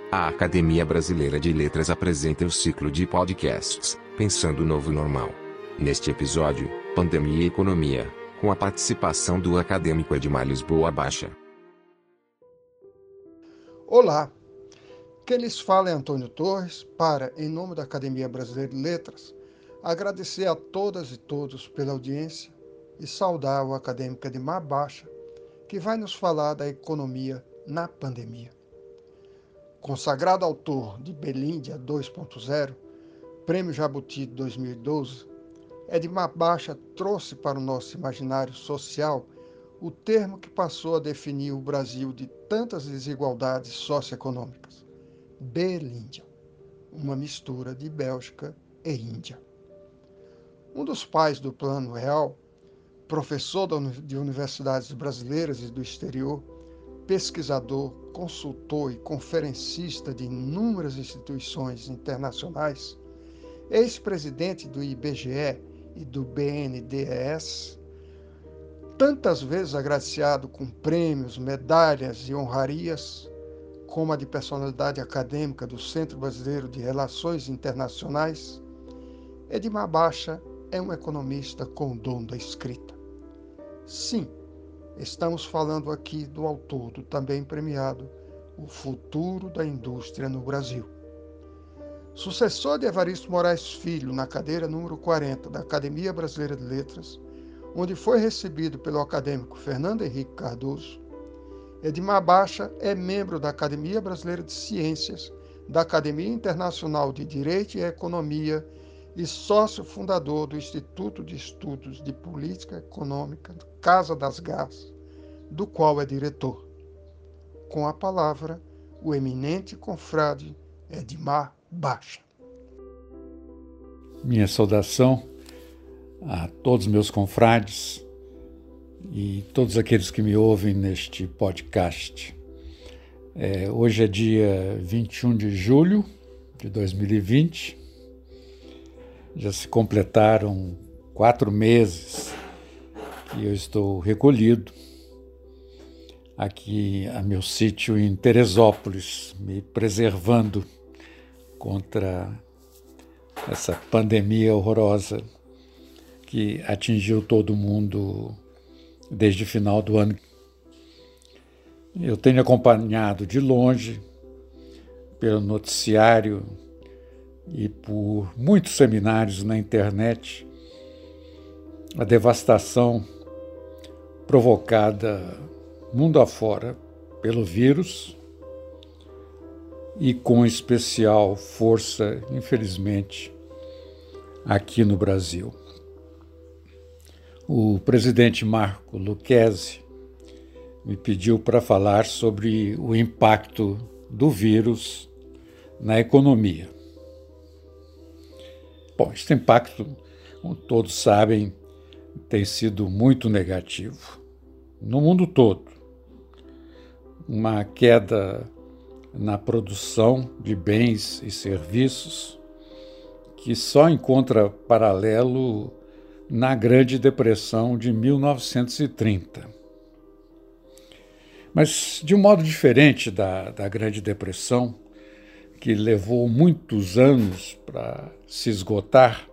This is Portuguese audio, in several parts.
A Academia Brasileira de Letras apresenta o ciclo de podcasts Pensando o Novo Normal. Neste episódio, Pandemia e Economia, com a participação do acadêmico Edmar Lisboa Baixa. Olá, quem lhes fala é Antônio Torres para, em nome da Academia Brasileira de Letras, agradecer a todas e todos pela audiência e saudar o acadêmico Edmar Baixa, que vai nos falar da economia na pandemia. Consagrado autor de Belíndia 2.0, Prêmio Jabuti de 2012, Edmar Baixa trouxe para o nosso imaginário social o termo que passou a definir o Brasil de tantas desigualdades socioeconômicas: Belíndia, uma mistura de Bélgica e Índia. Um dos pais do Plano Real, professor de universidades brasileiras e do exterior, pesquisador, consultor e conferencista de inúmeras instituições internacionais, ex-presidente do IBGE e do BNDES, tantas vezes agraciado com prêmios, medalhas e honrarias, como a de personalidade acadêmica do Centro Brasileiro de Relações Internacionais, Edmar Baixa é um economista com o dom da escrita. Sim, estamos falando aqui do autor do também premiado O Futuro da Indústria no Brasil. Sucessor de Evaristo Moraes Filho na cadeira número 40 da Academia Brasileira de Letras, onde foi recebido pelo acadêmico Fernando Henrique Cardoso, Edmar Baixa é membro da Academia Brasileira de Ciências, da Academia Internacional de Direito e Economia e sócio fundador do Instituto de Estudos de Política Econômica Casa das Garças, do qual é diretor. Com a palavra, o eminente confrade Edmar Baixa. Minha saudação a todos meus confrades e todos aqueles que me ouvem neste podcast. Hoje é dia 21 de julho de 2020. Já se completaram 4 meses que eu estou recolhido aqui a meu sítio em Teresópolis, me preservando contra essa pandemia horrorosa que atingiu todo mundo desde o final do ano. Eu tenho acompanhado de longe, pelo noticiário e por muitos seminários na internet, a devastação provocada mundo afora pelo vírus e com especial força, infelizmente, aqui no Brasil. O presidente Marco Lucchesi me pediu para falar sobre o impacto do vírus na economia. Bom, esse impacto, como todos sabem, tem sido muito negativo no mundo todo. Uma queda na produção de bens e serviços que só encontra paralelo na Grande Depressão de 1930. Mas de um modo diferente da Grande Depressão, que levou muitos anos para se esgotar,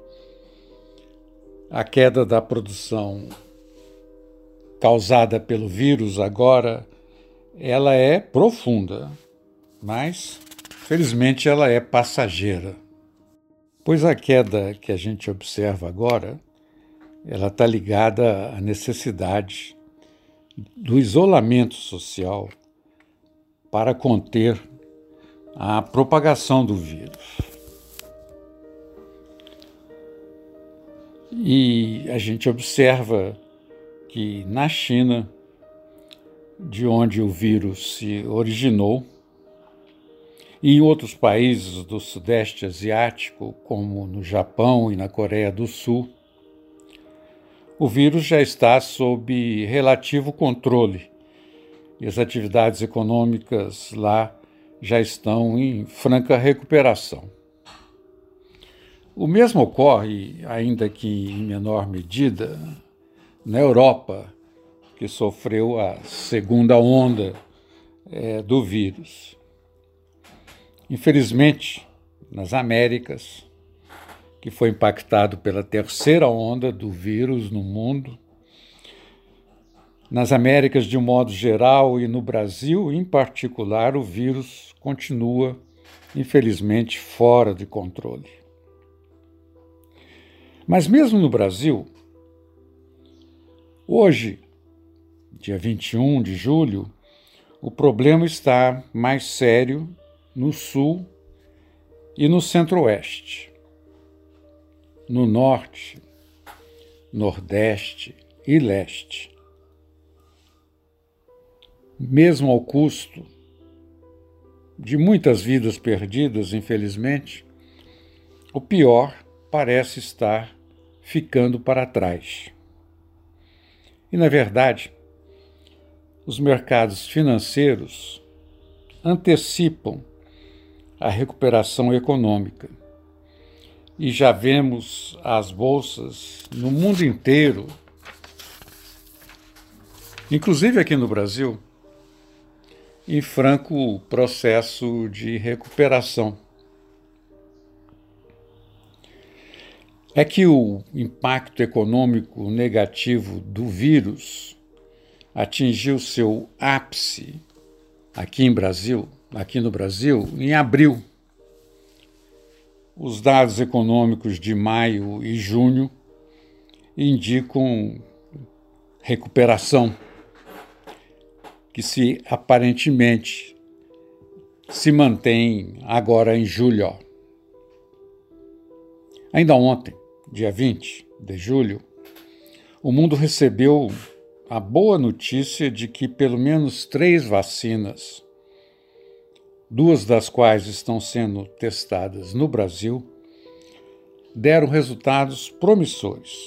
a queda da produção causada pelo vírus agora, ela é profunda, mas felizmente ela é passageira. Pois a queda que a gente observa agora, ela está ligada à necessidade do isolamento social para conter a propagação do vírus. E a gente observa que na China, de onde o vírus se originou, e em outros países do Sudeste Asiático, como no Japão e na Coreia do Sul, o vírus já está sob relativo controle e as atividades econômicas lá já estão em franca recuperação. O mesmo ocorre, ainda que em menor medida, na Europa, que sofreu a segunda onda do vírus. Infelizmente, nas Américas, que foi impactado pela terceira onda do vírus no mundo, nas Américas de um modo geral e no Brasil em particular, o vírus continua, infelizmente, fora de controle. Mas mesmo no Brasil, hoje, dia 21 de julho, o problema está mais sério no Sul e no Centro-Oeste. No Norte, Nordeste e Leste. Mesmo ao custo de muitas vidas perdidas, infelizmente, o pior parece estar ficando para trás. E, na verdade, os mercados financeiros antecipam a recuperação econômica. E já vemos as bolsas no mundo inteiro, inclusive aqui no Brasil, em franco processo de recuperação. É que o impacto econômico negativo do vírus atingiu seu ápice aqui no Brasil, em abril. Os dados econômicos de maio e junho indicam recuperação, que aparentemente se mantém agora em julho. Ainda ontem, dia 20 de julho, o mundo recebeu a boa notícia de que pelo menos 3 vacinas, 2 das quais estão sendo testadas no Brasil, deram resultados promissores,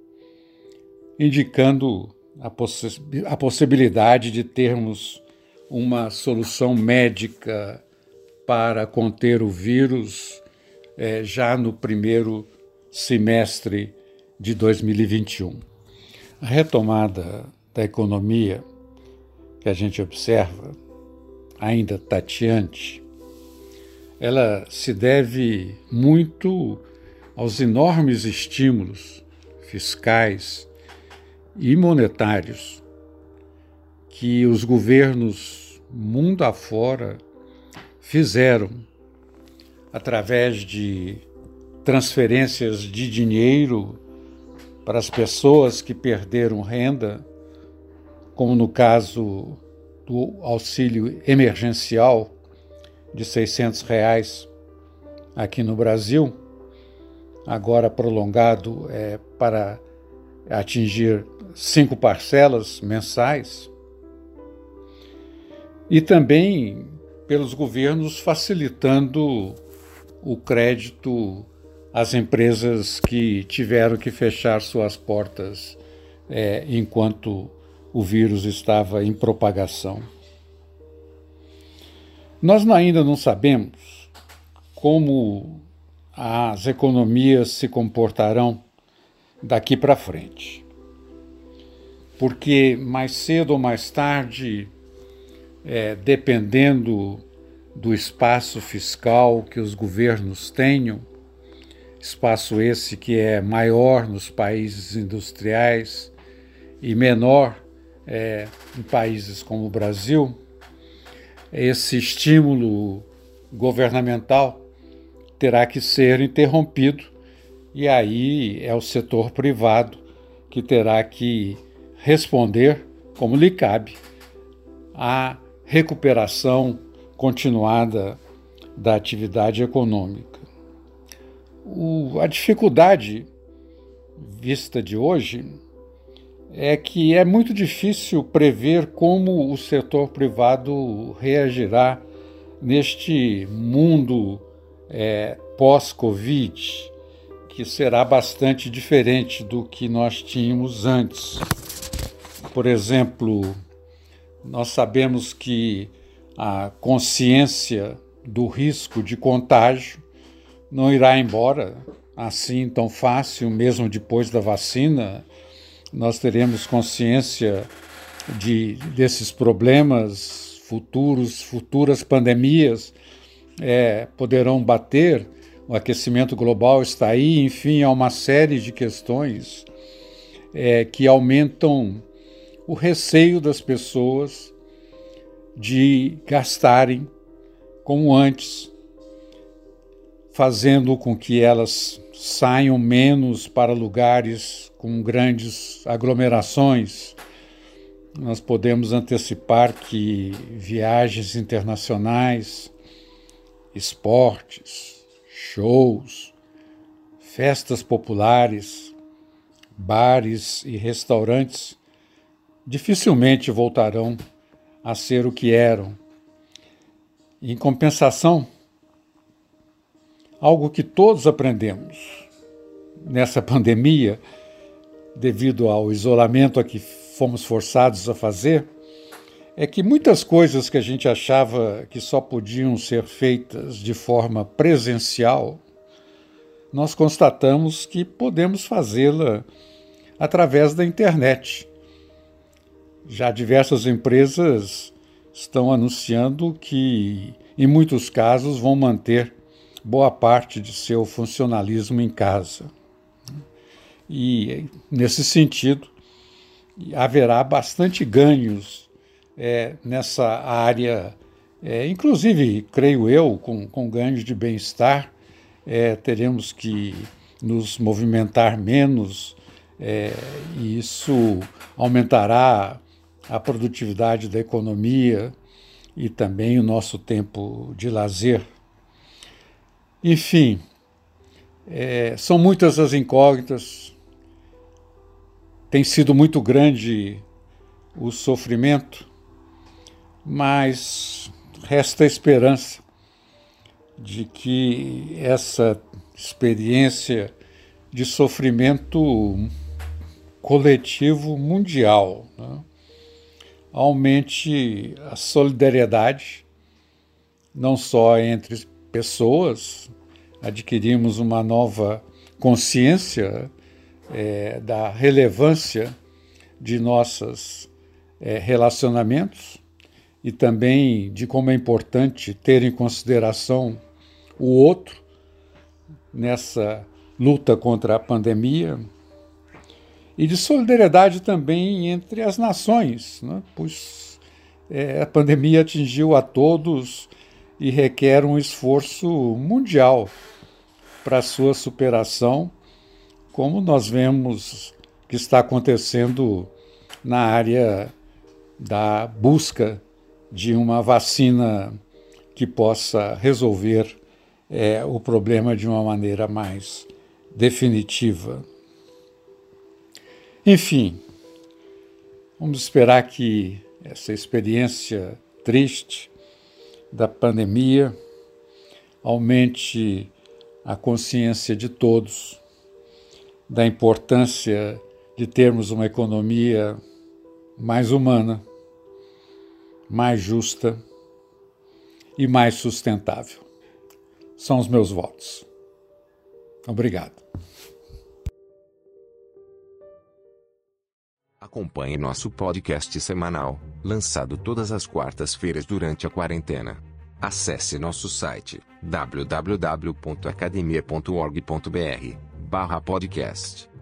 indicando a possibilidade de termos uma solução médica para conter o vírus já no primeiro semestre de 2021. A retomada da economia que a gente observa, ainda tateante, ela se deve muito aos enormes estímulos fiscais e monetários que os governos mundo afora fizeram através de transferências de dinheiro para as pessoas que perderam renda, como no caso do auxílio emergencial de R$600 aqui no Brasil, agora prolongado para atingir 5 parcelas mensais, e também pelos governos facilitando o crédito às empresas que tiveram que fechar suas portas enquanto o vírus estava em propagação. Nós ainda não sabemos como as economias se comportarão daqui para frente, porque mais cedo ou mais tarde, dependendo do espaço fiscal que os governos tenham, espaço esse que é maior nos países industriais e menor em países como o Brasil, esse estímulo governamental terá que ser interrompido, e aí é o setor privado que terá que responder, como lhe cabe, à recuperação continuada da atividade econômica. A dificuldade vista de hoje é que é muito difícil prever como o setor privado reagirá neste mundo pós-Covid, que será bastante diferente do que nós tínhamos antes. Por exemplo, nós sabemos que a consciência do risco de contágio não irá embora assim tão fácil, mesmo depois da vacina. Nós teremos consciência desses problemas futuras pandemias poderão bater. O aquecimento global está aí, enfim, há uma série de questões que aumentam o receio das pessoas de gastarem como antes, fazendo com que elas saiam menos para lugares com grandes aglomerações. Nós podemos antecipar que viagens internacionais, esportes, shows, festas populares, bares e restaurantes dificilmente voltarão a ser o que eram. Em compensação, algo que todos aprendemos nessa pandemia, devido ao isolamento a que fomos forçados a fazer, é que muitas coisas que a gente achava que só podiam ser feitas de forma presencial, nós constatamos que podemos fazê-la através da internet. Já diversas empresas estão anunciando que, em muitos casos, vão manter boa parte de seu funcionalismo em casa. E, nesse sentido, haverá bastante ganhos nessa área, inclusive, creio eu, com ganhos de bem-estar. Teremos que nos movimentar menos, e isso aumentará a produtividade da economia e também o nosso tempo de lazer. Enfim, são muitas as incógnitas, tem sido muito grande o sofrimento, mas resta a esperança de que essa experiência de sofrimento coletivo mundial, né, aumente a solidariedade, não só entre pessoas, adquirimos uma nova consciência da relevância de nossos relacionamentos e também de como é importante ter em consideração o outro nessa luta contra a pandemia, e de solidariedade também entre as nações, né? Pois a pandemia atingiu a todos e requer um esforço mundial para a sua superação, como nós vemos que está acontecendo na área da busca de uma vacina que possa resolver o problema de uma maneira mais definitiva. Enfim, vamos esperar que essa experiência triste da pandemia aumente a consciência de todos da importância de termos uma economia mais humana, mais justa e mais sustentável. São os meus votos. Obrigado. Acompanhe nosso podcast semanal, lançado todas as quartas-feiras durante a quarentena. Acesse nosso site www.academia.org.br/podcast.